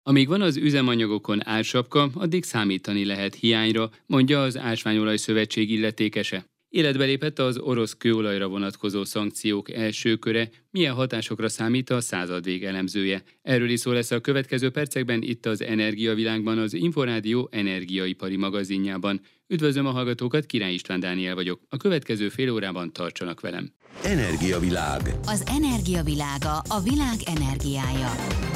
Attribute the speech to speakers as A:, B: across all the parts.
A: Amíg van az üzemanyagokon ársapka, addig számítani lehet hiányra, mondja az Ásványolaj Szövetség illetékese. Életbe lépett az orosz kőolajra vonatkozó szankciók első köre, milyen hatásokra számít a századvég elemzője. Erről is szó lesz a következő percekben itt az Energiavilágban, az Inforádió energiaipari magazinjában. Üdvözlöm a hallgatókat, Király István Dániel vagyok. A következő fél órában tartsanak velem.
B: Energiavilág.
C: Az energiavilága, a világ energiája.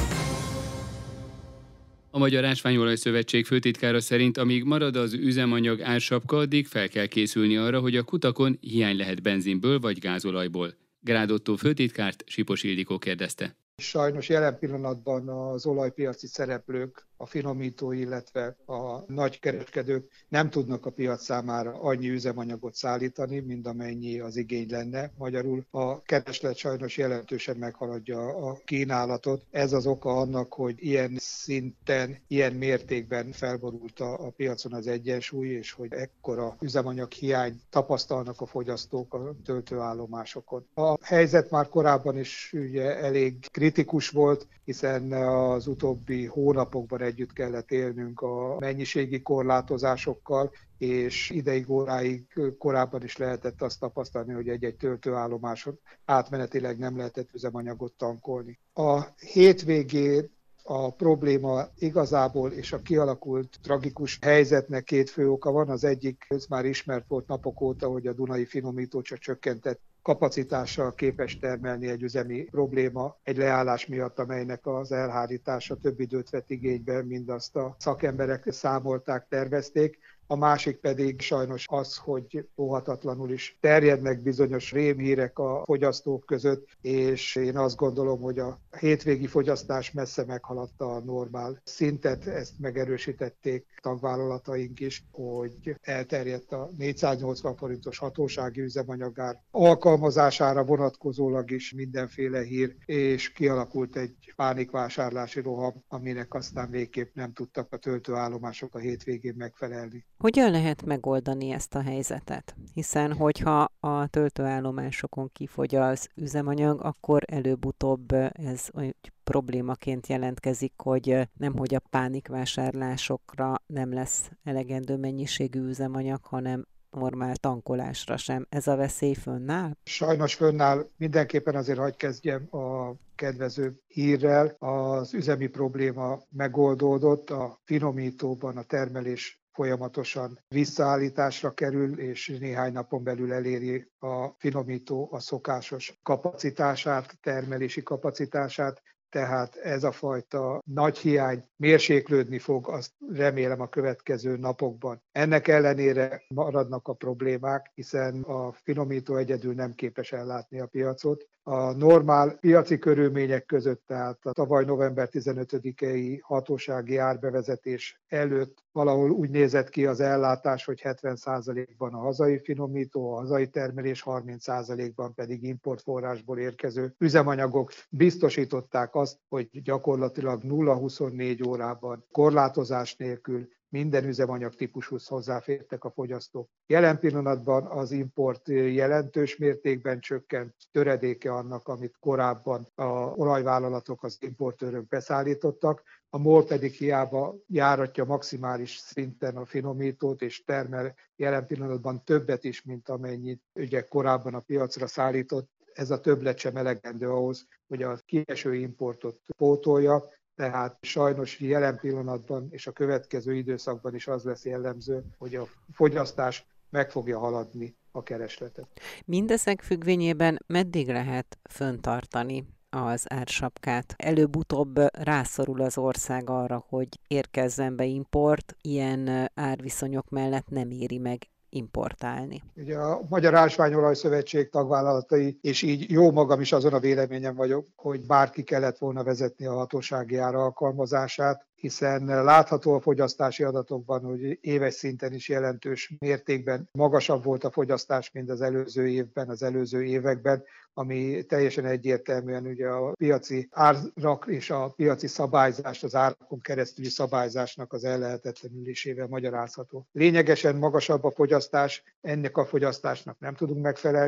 A: A Magyar Ásványolaj Szövetség főtitkára szerint, amíg marad az üzemanyag ársapka, addig fel kell készülni arra, hogy a kutakon hiány lehet benzinből vagy gázolajból. Grád Ottó főtitkárt Sipos Ildikó kérdezte.
D: Sajnos jelen pillanatban az olajpiaci szereplők, a finomítói, illetve a nagykereskedők nem tudnak a piac számára annyi üzemanyagot szállítani, mint amennyi az igény lenne. Magyarul a kereslet sajnos jelentősen meghaladja a kínálatot. Ez az oka annak, hogy ilyen szinten, ilyen mértékben felborult a piacon az egyensúly, és hogy ekkora üzemanyag hiány tapasztalnak a fogyasztók a töltőállomásokon. A helyzet már korábban is ugye elég kritikus volt, hiszen az utóbbi hónapokban együtt kellett élnünk a mennyiségi korlátozásokkal, és ideig óráig korábban is lehetett azt tapasztalni, hogy egy-egy töltőállomáson átmenetileg nem lehetett üzemanyagot tankolni. A hétvégén a probléma igazából és a kialakult tragikus helyzetnek két fő oka van. Az egyik, ez már ismert volt napok óta, hogy a Dunai finomító csak csökkentett kapacitással képes termelni egy üzemi probléma egy leállás miatt, amelynek az elhárítása több időt vett igénybe, mint azt a szakemberek számolták, tervezték. A másik pedig sajnos az, hogy óhatatlanul is terjednek bizonyos rémhírek a fogyasztók között, és én azt gondolom, hogy a hétvégi fogyasztás messze meghaladta a normál szintet, ezt megerősítették tagvállalataink is, hogy elterjedt a 480 forintos hatósági üzemanyagár alkalmazására vonatkozólag is mindenféle hír, és kialakult egy pánikvásárlási roham, aminek aztán végképp nem tudtak a töltőállomások a hétvégén megfelelni.
E: Hogyan lehet megoldani ezt a helyzetet? Hiszen, hogyha a töltőállomásokon kifogy az üzemanyag, akkor előbb-utóbb ez egy problémaként jelentkezik, hogy nemhogy a pánikvásárlásokra nem lesz elegendő mennyiségű üzemanyag, hanem normál tankolásra sem. Ez a veszély fönnáll?
D: Sajnos fönnáll. Mindenképpen azért hadd kezdjem a kedvező hírrel. Az üzemi probléma megoldódott, a finomítóban a termelés folyamatosan visszaállításra kerül, és néhány napon belül eléri a finomító a szokásos kapacitását, termelési kapacitását, tehát ez a fajta nagy hiány mérséklődni fog, azt remélem a következő napokban. Ennek ellenére maradnak a problémák, hiszen a finomító egyedül nem képes ellátni a piacot. A normál piaci körülmények között, tehát a tavaly november 15-i hatósági árbevezetés előtt valahol úgy nézett ki az ellátás, hogy 70%-ban a hazai finomító, a hazai termelés, 30%-ban pedig importforrásból érkező üzemanyagok biztosították azt, hogy gyakorlatilag 0-24 órában korlátozás nélkül minden üzemanyag típushoz hozzáfértek a fogyasztók. Jelen pillanatban az import jelentős mértékben csökkent, töredéke annak, amit korábban az olajvállalatok, az importőrök beszállítottak. A MOL pedig hiába járatja maximális szinten a finomítót, és termel jelen pillanatban többet is, mint amennyit ugye korábban a piacra szállított. Ez a többlet sem elegendő ahhoz, hogy a kieső importot pótolja. Tehát sajnos jelen pillanatban és a következő időszakban is az lesz jellemző, hogy a fogyasztás meg fogja haladni a keresletet.
E: Mindezek függvényében meddig lehet föntartani az ársapkát? Előbb-utóbb rászorul az ország arra, hogy érkezzen be import, ilyen árviszonyok mellett nem éri meg importálni.
D: Ugye a Magyar Ásványolaj Szövetség tagvállalatai, és így jó magam is azon a véleményen vagyok, hogy bárki kellett volna vezetni a hatósági ár alkalmazását, hiszen látható a fogyasztási adatokban, hogy éves szinten is jelentős mértékben magasabb volt a fogyasztás, mint az előző évben, az előző években, ami teljesen egyértelműen ugye a piaci árak és a piaci szabályzást, az árakon keresztüli szabályzásnak az ellehetetlenülésével magyarázható. Lényegesen magasabb a fogyasztás, ennek a fogyasztásnak nem tudunk megfelelni,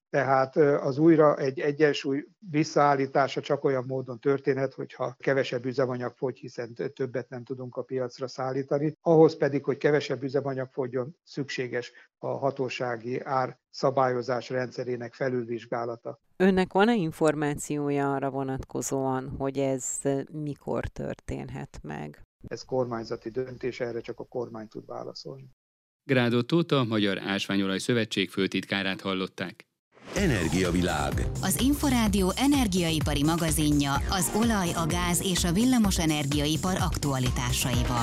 D: Tehát az újra egy egyensúly visszaállítása csak olyan módon történhet, hogyha kevesebb üzemanyag fogy, hiszen többet nem tudunk a piacra szállítani. Ahhoz pedig, hogy kevesebb üzemanyag fogjon, szükséges a hatósági árszabályozás rendszerének felülvizsgálata.
E: Önnek van-e információja arra vonatkozóan, hogy ez mikor történhet meg?
D: Ez kormányzati döntés, erre csak a kormány tud válaszolni.
A: Grád Ottót, a Magyar Ásványolaj Szövetség főtitkárát hallották.
B: Energiavilág.
C: Az Inforádió energiaipari magazinja az olaj, a gáz és a villamos energiaipar aktualitásaival.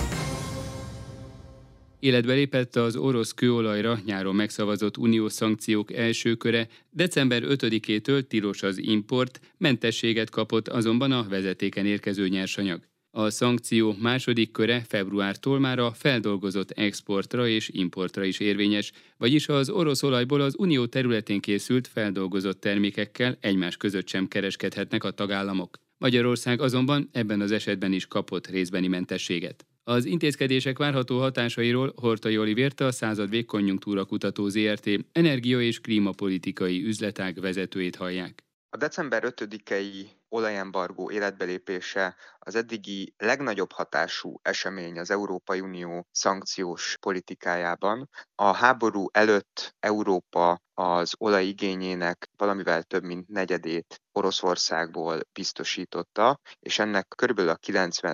A: Életbe lépett az orosz kőolajra nyáron megszavazott uniós szankciók első köre, december 5-től tilos az import, mentességet kapott azonban a vezetéken érkező nyersanyag. A szankció második köre februártól már a feldolgozott exportra és importra is érvényes, vagyis az orosz olajból az unió területén készült feldolgozott termékekkel egymás között sem kereskedhetnek a tagállamok. Magyarország azonban ebben az esetben is kapott részbeni mentességet. Az intézkedések várható hatásairól Hortai Olivért, a Századvég Konjunktúra Kutató Zrt. Energia- és klímapolitikai üzletág vezetőjét hallják.
F: A december 5-i olajembargó életbelépése az eddigi legnagyobb hatású esemény az Európai Unió szankciós politikájában. A háború előtt Európa az olajigényének valamivel több mint negyedét Oroszországból biztosította, és ennek körülbelül a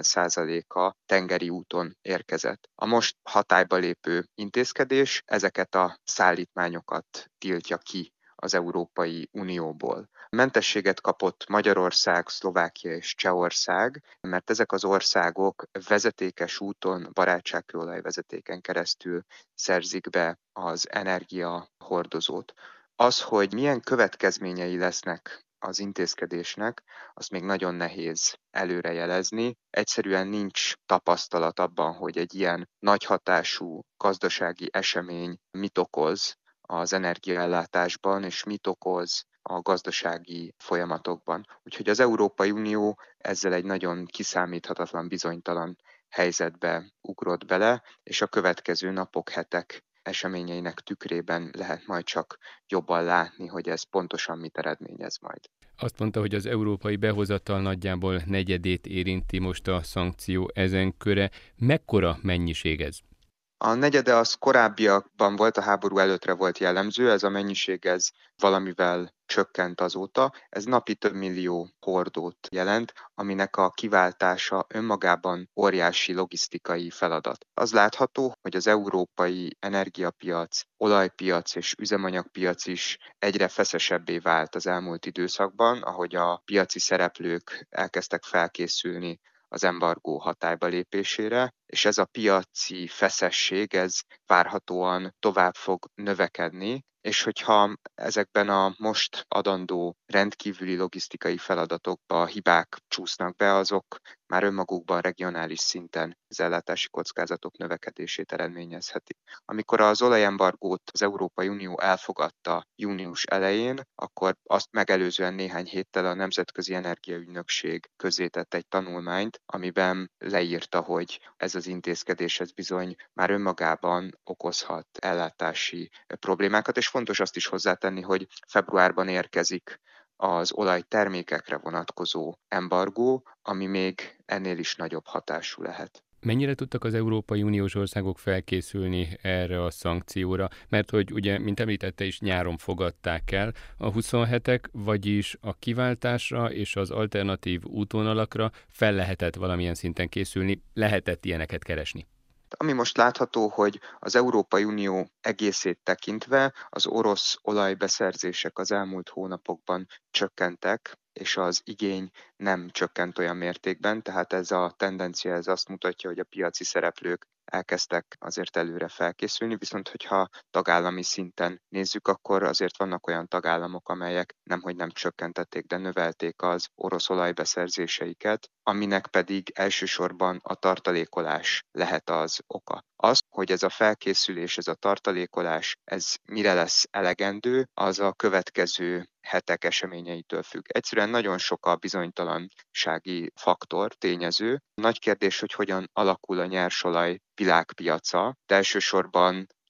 F: 90%-a tengeri úton érkezett. A most hatályba lépő intézkedés ezeket a szállítmányokat tiltja ki az Európai Unióból. Mentességet kapott Magyarország, Szlovákia és Csehország, mert ezek az országok vezetékes úton, barátságkőolaj vezetéken keresztül szerzik be az energiahordozót. Az, hogy milyen következményei lesznek az intézkedésnek, azt még nagyon nehéz előrejelezni. Egyszerűen nincs tapasztalat abban, hogy egy ilyen nagy hatású gazdasági esemény mit okoz az energiaellátásban, és mit okoz a gazdasági folyamatokban. Úgyhogy az Európai Unió ezzel egy nagyon kiszámíthatatlan, bizonytalan helyzetbe ugrott bele, és a következő napok, hetek eseményeinek tükrében lehet majd csak jobban látni, hogy ez pontosan mit eredményez majd.
A: Azt mondta, hogy az európai behozatal nagyjából negyedét érinti most a szankció ezen köre. Mekkora mennyiség ez?
F: A negyede az korábbiakban volt, a háború előttre volt jellemző, ez a mennyiség ez valamivel csökkent azóta. Ez napi több millió hordót jelent, aminek a kiváltása önmagában óriási logisztikai feladat. Az látható, hogy az európai energiapiac, olajpiac és üzemanyagpiac is egyre feszesebbé vált az elmúlt időszakban, ahogy a piaci szereplők elkezdtek felkészülni az embargó hatályba lépésére, és ez a piaci feszesség, ez várhatóan tovább fog növekedni, és hogyha ezekben a most adandó rendkívüli logisztikai feladatokba hibák csúsznak be, azok már önmagukban regionális szinten az ellátási kockázatok növekedését eredményezheti. Amikor az olajembargót az Európai Unió elfogadta június elején, akkor azt megelőzően néhány héttel a Nemzetközi Energiaügynökség közzétett egy tanulmányt, amiben leírta, hogy ez az intézkedés ez bizony már önmagában okozhat ellátási problémákat, és fontos azt is hozzátenni, hogy februárban érkezik az olajtermékekre vonatkozó embargó, ami még ennél is nagyobb hatású lehet.
A: Mennyire tudtak az Európai Uniós országok felkészülni erre a szankcióra? Mert hogy ugye, mint említette is, nyáron fogadták el a 27-ek, vagyis a kiváltásra és az alternatív útvonalakra fel lehetett valamilyen szinten készülni, lehetett ilyeneket keresni.
F: Ami most látható, hogy az Európai Unió egészét tekintve az orosz olajbeszerzések az elmúlt hónapokban csökkentek, és az igény nem csökkent olyan mértékben, tehát ez a tendencia ez azt mutatja, hogy a piaci szereplők elkezdtek azért előre felkészülni, viszont hogyha tagállami szinten nézzük, akkor azért vannak olyan tagállamok, amelyek nemhogy nem csökkentették, de növelték az orosz olajbeszerzéseiket, aminek pedig elsősorban a tartalékolás lehet az oka. Az, hogy ez a felkészülés, ez a tartalékolás, ez mire lesz elegendő, az a következő hetek eseményeitől függ. Egyszerűen nagyon sok a bizonytalansági faktor, tényező. Nagy kérdés, hogy hogyan alakul a nyersolaj világpiaca, de elsősorban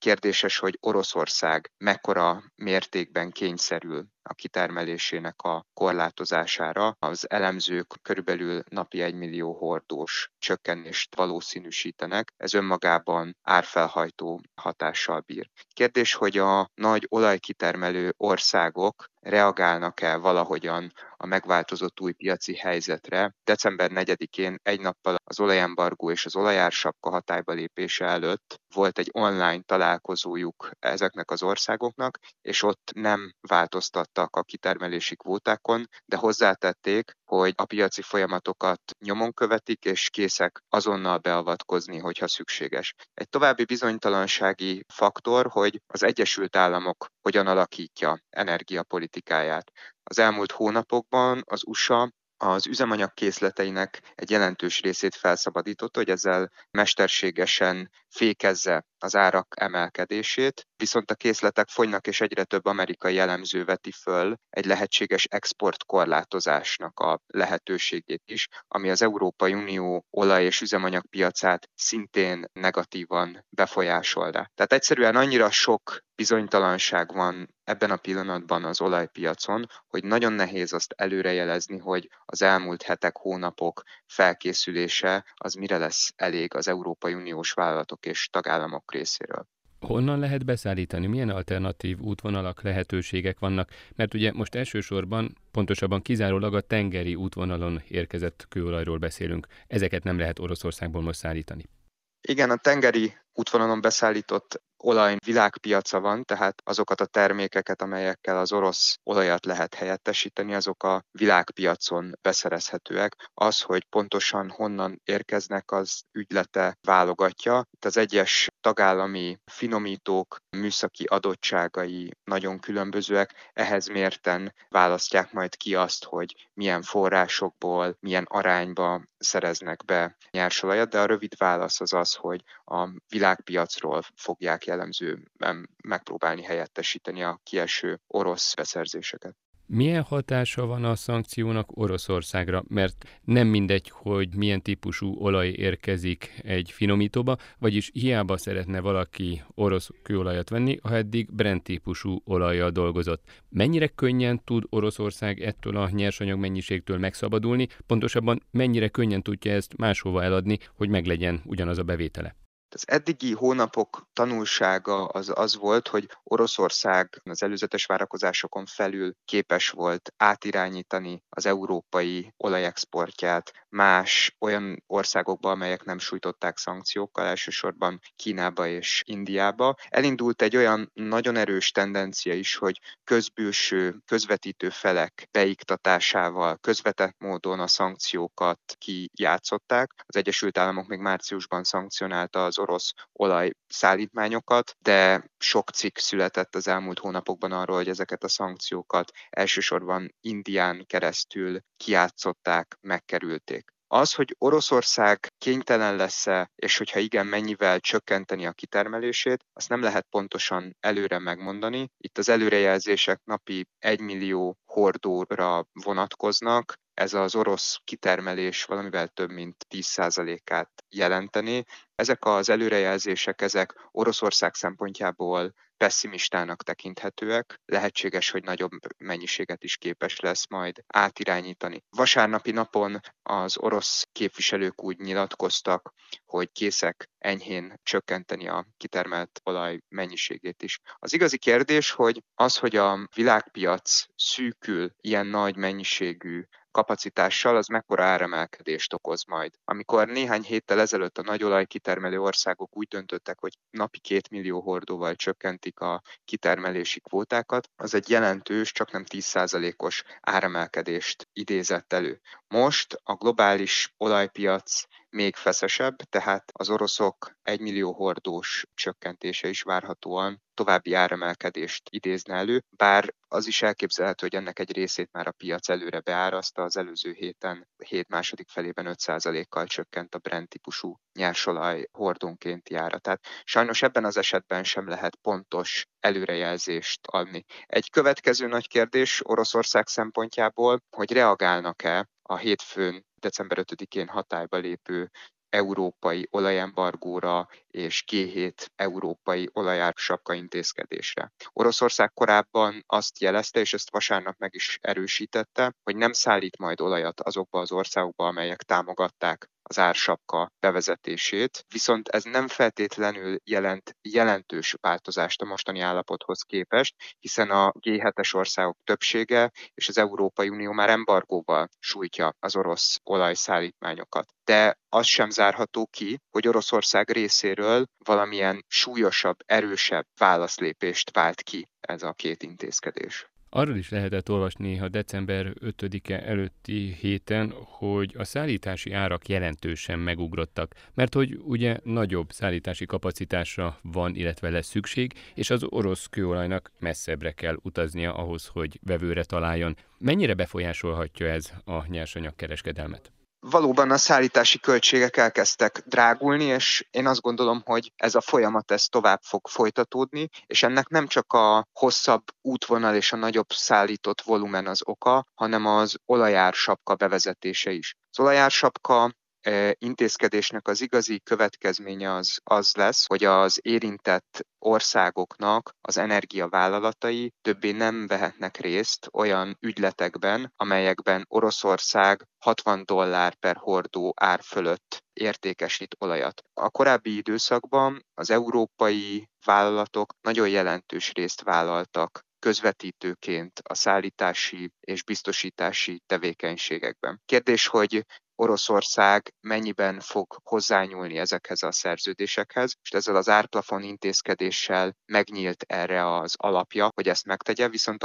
F: kérdéses, hogy Oroszország mekkora mértékben kényszerül a kitermelésének a korlátozására. Az elemzők körülbelül napi 1 millió hordós csökkenést valószínűsítenek. Ez önmagában árfelhajtó hatással bír. Kérdés, hogy a nagy olajkitermelő országok reagálnak-e valahogyan a megváltozott új piaci helyzetre. December 4-én, egy nappal az olajembargó és az olajársapka hatályba lépése előtt volt egy online találkozójuk ezeknek az országoknak, és ott nem változtattak a kitermelési kvótákon, de hozzátették, hogy a piaci folyamatokat nyomon követik, és készek azonnal beavatkozni, hogyha szükséges. Egy további bizonytalansági faktor, hogy az Egyesült Államok hogyan alakítja energiapolitikáját. Az elmúlt hónapokban az USA az üzemanyag készleteinek egy jelentős részét felszabadította, hogy ezzel mesterségesen fékezze az árak emelkedését, viszont a készletek fogynak, és egyre több amerikai elemző veti föl egy lehetséges exportkorlátozásnak a lehetőségét is, ami az Európai Unió olaj- és üzemanyagpiacát szintén negatívan befolyásolná. Tehát egyszerűen annyira sok bizonytalanság van ebben a pillanatban az olajpiacon, hogy nagyon nehéz azt előrejelezni, hogy az elmúlt hetek, hónapok felkészülése az mire lesz elég az Európai Uniós vállalatok és tagállamok részéről.
A: Honnan lehet beszállítani? Milyen alternatív útvonalak, lehetőségek vannak? Mert ugye most elsősorban, pontosabban kizárólag a tengeri útvonalon érkezett kőolajról beszélünk. Ezeket nem lehet Oroszországból most szállítani.
F: Igen, a tengeri útvonalon beszállított olaj világpiaca van, tehát azokat a termékeket, amelyekkel az orosz olajat lehet helyettesíteni, azok a világpiacon beszerezhetőek. Az, hogy pontosan honnan érkeznek, az ügylete válogatja. Itt az egyes tagállami finomítók műszaki adottságai nagyon különbözőek, ehhez mérten választják majd ki azt, hogy milyen forrásokból, milyen arányba szereznek be nyersolajat, de a rövid válasz az az, hogy a világpiacról fogják jellemzően megpróbálni helyettesíteni a kieső orosz beszerzéseket.
A: Milyen hatása van a szankciónak Oroszországra? Mert nem mindegy, hogy milyen típusú olaj érkezik egy finomítóba, vagyis hiába szeretne valaki orosz kőolajat venni, ha eddig Brent típusú olajjal dolgozott. Mennyire könnyen tud Oroszország ettől a nyersanyag mennyiségtől megszabadulni, pontosabban mennyire könnyen tudja ezt máshova eladni, hogy meglegyen ugyanaz a bevétele?
F: Az eddigi hónapok tanulsága az volt, hogy Oroszország az előzetes várakozásokon felül képes volt átirányítani az európai olajexportját más olyan országokba, amelyek nem sújtották szankciókkal, elsősorban Kínába és Indiába. Elindult egy olyan nagyon erős tendencia is, hogy közbülső, közvetítő felek beiktatásával közvetett módon a szankciókat kijátszották. Az Egyesült Államok még márciusban szankcionálta az orosz olajszállítmányokat, de sok cikk született az elmúlt hónapokban arról, hogy ezeket a szankciókat elsősorban Indián keresztül kijátszották, megkerülték. Az, hogy Oroszország kénytelen lesz-e, és hogyha igen, mennyivel csökkenteni a kitermelését, azt nem lehet pontosan előre megmondani. Itt az előrejelzések napi 1 millió hordóra vonatkoznak, ez az orosz kitermelés valamivel több mint 10%-át jelenteni. Ezek az előrejelzések, ezek Oroszország szempontjából pessimistának tekinthetőek, lehetséges, hogy nagyobb mennyiséget is képes lesz majd átirányítani. Vasárnapi napon az orosz képviselők úgy nyilatkoztak, hogy készek enyhén csökkenteni a kitermelt olaj mennyiségét is. Az igazi kérdés, hogy a világpiac szűkül ilyen nagy mennyiségű kapacitással, az mekkora áremelkedést okoz majd. Amikor néhány héttel ezelőtt a nagy olajkitermelő országok úgy döntöttek, hogy napi 2 millió hordóval csökkentik a kitermelési kvótákat, az egy jelentős, csak nem 10%-os áremelkedést idézett elő. Most a globális olajpiac még feszesebb, tehát az oroszok 1 millió hordós csökkentése is várhatóan további áremelkedést idézne elő, bár az is elképzelhető, hogy ennek egy részét már a piac előre beárazta, az előző hét második felében 5%-kal csökkent a Brent típusú nyersolaj hordónkénti ára. Tehát sajnos ebben az esetben sem lehet pontos előrejelzést adni. Egy következő nagy kérdés Oroszország szempontjából, hogy reagálnak-e a hétfőn, december 5-én hatályba lépő európai olajembargóra és G7 európai olajársapka intézkedésre. Oroszország korábban azt jelezte, és ezt vasárnap meg is erősítette, hogy nem szállít majd olajat azokba az országokba, amelyek támogatták az ársapka bevezetését, viszont ez nem feltétlenül jelent jelentős változást a mostani állapothoz képest, hiszen a G7-es országok többsége és az Európai Unió már embargóval sújtja az orosz olajszállítmányokat. De az sem zárható ki, hogy Oroszország részéről valamilyen súlyosabb, erősebb válaszlépést vált ki ez a két intézkedés.
A: Arról is lehetett olvasni a december 5-e előtti héten, hogy a szállítási árak jelentősen megugrottak, mert hogy ugye nagyobb szállítási kapacitásra van, illetve lesz szükség, és az orosz kőolajnak messzebbre kell utaznia ahhoz, hogy vevőre találjon. Mennyire befolyásolhatja ez a nyersanyagkereskedelmet?
F: Valóban a szállítási költségek elkezdtek drágulni, és én azt gondolom, hogy ez a folyamat tovább fog folytatódni, és ennek nem csak a hosszabb útvonal és a nagyobb szállított volumen az oka, hanem az olajársapka bevezetése is. Az olajársapka intézkedésnek az igazi következménye az lesz, hogy az érintett országoknak az energiavállalatai többé nem vehetnek részt olyan ügyletekben, amelyekben Oroszország $60 per hordó ár fölött értékesít olajat. A korábbi időszakban az európai vállalatok nagyon jelentős részt vállaltak közvetítőként a szállítási és biztosítási tevékenységekben. Kérdés, hogy Oroszország mennyiben fog hozzányúlni ezekhez a szerződésekhez, és ezzel az árplafon intézkedéssel megnyílt erre az alapja, hogy ezt megtegye, viszont a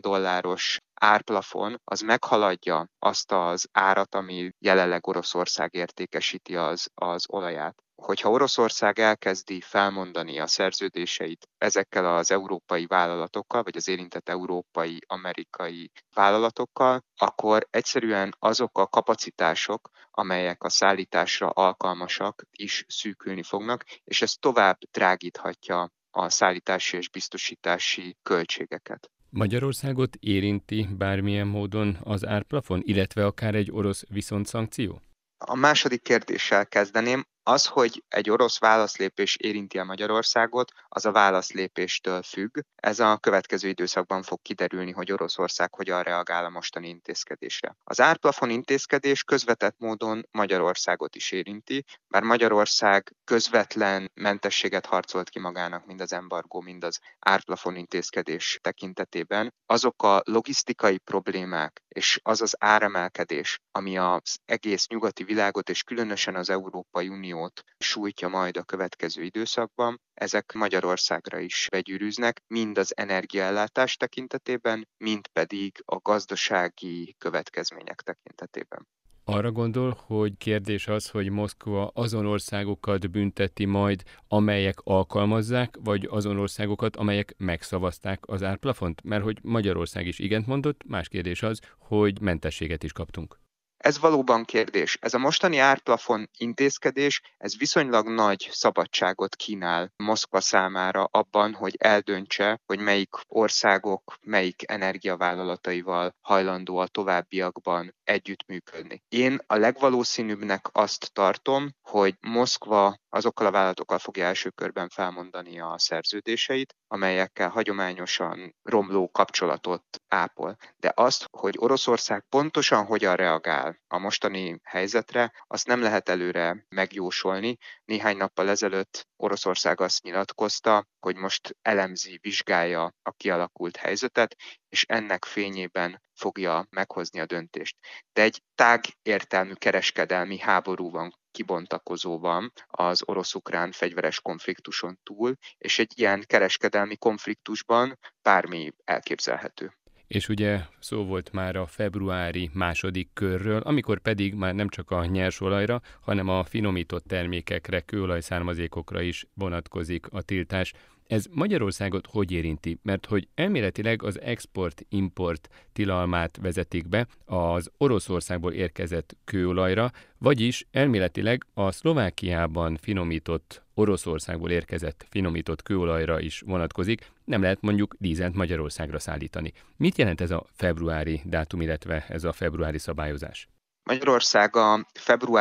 F: $60 árplafon az meghaladja azt az árat, ami jelenleg Oroszország értékesíti az olaját. Hogyha Oroszország elkezdi felmondani a szerződéseit ezekkel az európai vállalatokkal, vagy az érintett európai-amerikai vállalatokkal, akkor egyszerűen azok a kapacitások, amelyek a szállításra alkalmasak, is szűkülni fognak, és ez tovább drágíthatja a szállítási és biztosítási költségeket.
A: Magyarországot érinti bármilyen módon az árplafon, illetve akár egy orosz viszontszankció?
F: A második kérdéssel kezdeném. Az, hogy egy orosz válaszlépés érinti a Magyarországot, az a válaszlépéstől függ. Ez a következő időszakban fog kiderülni, hogy Oroszország hogyan reagál a mostani intézkedésre. Az árplafon intézkedés közvetett módon Magyarországot is érinti, bár Magyarország közvetlen mentességet harcolt ki magának mind az embargó, mind az árplafon intézkedés tekintetében. Azok a logisztikai problémák és az áremelkedés, ami az egész nyugati világot és különösen az Európai Uniót sújtja majd a következő időszakban, ezek Magyarországra is begyűrűznek, mind az energiaellátás tekintetében, mind pedig a gazdasági következmények tekintetében.
A: Arra gondol, hogy kérdés az, hogy Moszkva azon országokat bünteti majd, amelyek alkalmazzák, vagy azon országokat, amelyek megszavazták az árplafont? Mert hogy Magyarország is igent mondott, más kérdés az, hogy mentességet is kaptunk.
F: Ez valóban kérdés. Ez a mostani árplafon intézkedés, ez viszonylag nagy szabadságot kínál Moszkva számára abban, hogy eldöntse, hogy melyik országok, melyik energiavállalataival hajlandó a továbbiakban együttműködni. Én a legvalószínűbbnek azt tartom, hogy Moszkva azokkal a vállalatokkal fogja első körben felmondani a szerződéseit, amelyekkel hagyományosan romló kapcsolatot ápol. De azt, hogy Oroszország pontosan hogyan reagál a mostani helyzetre, azt nem lehet előre megjósolni. Néhány nappal ezelőtt Oroszország azt nyilatkozta, hogy most elemzi, vizsgálja a kialakult helyzetet, és ennek fényében fogja meghozni a döntést. De egy tágértelmű kereskedelmi háború van kibontakozóban az orosz-ukrán fegyveres konfliktuson túl, és egy ilyen kereskedelmi konfliktusban bármi elképzelhető.
A: És ugye szó volt már a februári második körről, amikor pedig már nem csak a nyersolajra, hanem a finomított termékekre, kőolajszármazékokra is vonatkozik a tiltás. Ez Magyarországot hogy érinti? Mert hogy elméletileg az export-import tilalmát vezetik be az Oroszországból érkezett kőolajra, vagyis elméletileg a Szlovákiában finomított, Oroszországból érkezett finomított kőolajra is vonatkozik, nem lehet mondjuk dízelt Magyarországra szállítani. Mit jelent ez a februári dátum, illetve ez a februári szabályozás?
F: Magyarország a februári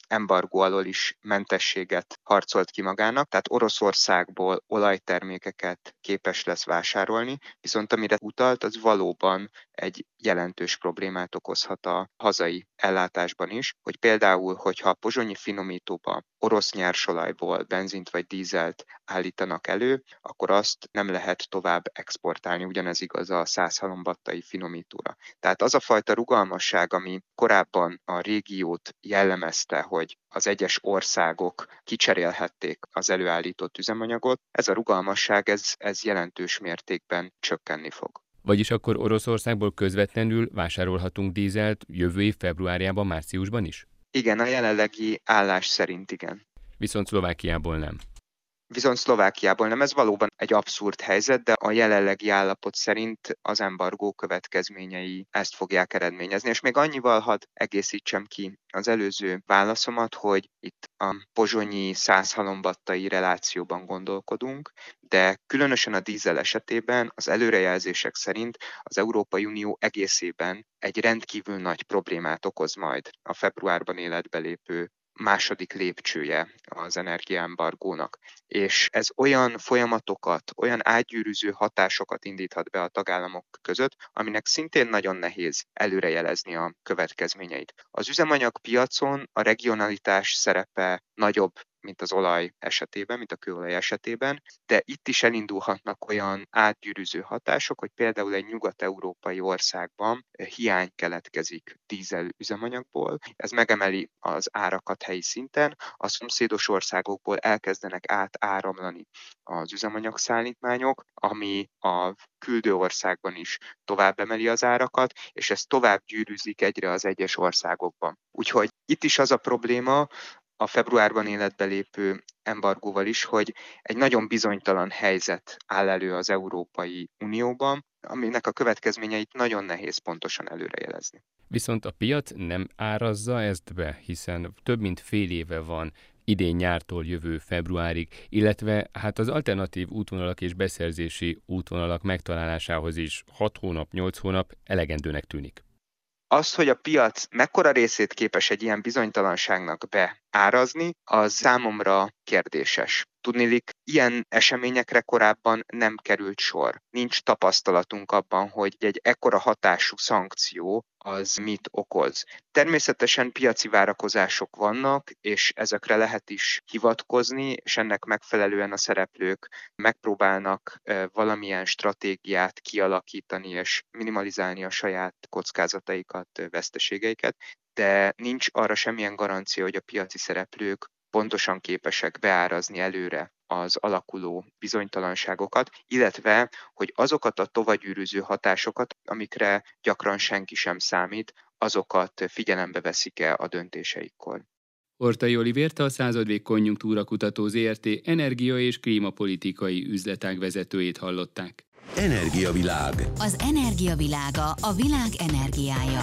F: embargó alól is mentességet harcolt ki magának, tehát Oroszországból olajtermékeket képes lesz vásárolni, viszont amire utalt, az valóban egy jelentős problémát okozhat a hazai ellátásban is, hogy például, hogyha a pozsonyi finomítóba orosz nyersolajból benzint vagy dízelt állítanak elő, akkor azt nem lehet tovább exportálni, ugyanez igaz a százhalombattai finomítóra. Tehát az a fajta rugalmasság, ami korábban a régiót jellemezte, hogy az egyes országok kicserélhették az előállított üzemanyagot, ez a rugalmasság ez jelentős mértékben csökkenni fog.
A: Vagyis akkor Oroszországból közvetlenül vásárolhatunk dízelt jövő év februárjában, márciusban is?
F: Igen, a jelenlegi állás szerint igen.
A: Viszont Szlovákiából nem.
F: Viszont Szlovákiából nem, ez valóban egy abszurd helyzet, de a jelenlegi állapot szerint az embargó következményei ezt fogják eredményezni. És még annyival hadd egészítsem ki az előző válaszomat, hogy itt a pozsonyi százhalombattai relációban gondolkodunk, de különösen a dízel esetében az előrejelzések szerint az Európai Unió egészében egy rendkívül nagy problémát okoz majd a februárban életbe lépő második lépcsője az energiaembargónak. És ez olyan folyamatokat, olyan átgyűrűző hatásokat indíthat be a tagállamok között, aminek szintén nagyon nehéz előrejelezni a következményeit. Az üzemanyagpiacon a regionalitás szerepe nagyobb, mint az olaj esetében, mint a kőolaj esetében, de itt is elindulhatnak olyan átgyűrűző hatások, hogy például egy nyugat-európai országban hiány keletkezik dízel üzemanyagból. Ez megemeli az árakat helyi szinten, a szomszédos országokból elkezdenek átáramlani az üzemanyagszállítmányok, ami a küldő országban is tovább emeli az árakat, és ez tovább gyűrűzik egyre az egyes országokban. Úgyhogy itt is az a probléma, a februárban életbe lépő embargóval is, hogy egy nagyon bizonytalan helyzet áll elő az Európai Unióban, aminek a következményeit nagyon nehéz pontosan előrejelezni.
A: Viszont a piac nem árazza ezt be, hiszen több mint fél éve van idén nyártól jövő februárig, illetve hát az alternatív útvonalak és beszerzési útvonalak megtalálásához is 6 hónap, 8 hónap elegendőnek tűnik.
F: Az, hogy a piac mekkora részét képes egy ilyen bizonytalanságnak beárazni, az számomra kérdéses. Tudniillik, ilyen eseményekre korábban nem került sor. Nincs tapasztalatunk abban, hogy egy ekkora hatású szankció az mit okoz. Természetesen piaci várakozások vannak, és ezekre lehet is hivatkozni, és ennek megfelelően a szereplők megpróbálnak valamilyen stratégiát kialakítani, és minimalizálni a saját kockázataikat, veszteségeiket, de nincs arra semmilyen garancia, hogy a piaci szereplők pontosan képesek beárazni előre az alakuló bizonytalanságokat, illetve, hogy azokat a tovagyűrűző hatásokat, amikre gyakran senki sem számít, azokat figyelembe veszik-e a döntéseikkor.
A: Ortai Olivért, a Századvég Konjunktúra Kutató Zrt. Energia- és klímapolitikai üzletág vezetőjét hallották.
B: Energiavilág.
C: Az energiavilága, a világ energiája.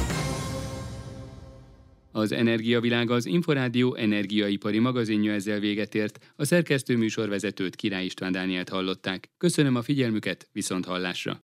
A: Az Energiavilág az Inforádió energiaipari magazinja ezzel véget ért, a szerkesztő műsorvezetőt, Király István Dánielt hallották. Köszönöm a figyelmüket, viszonthallásra!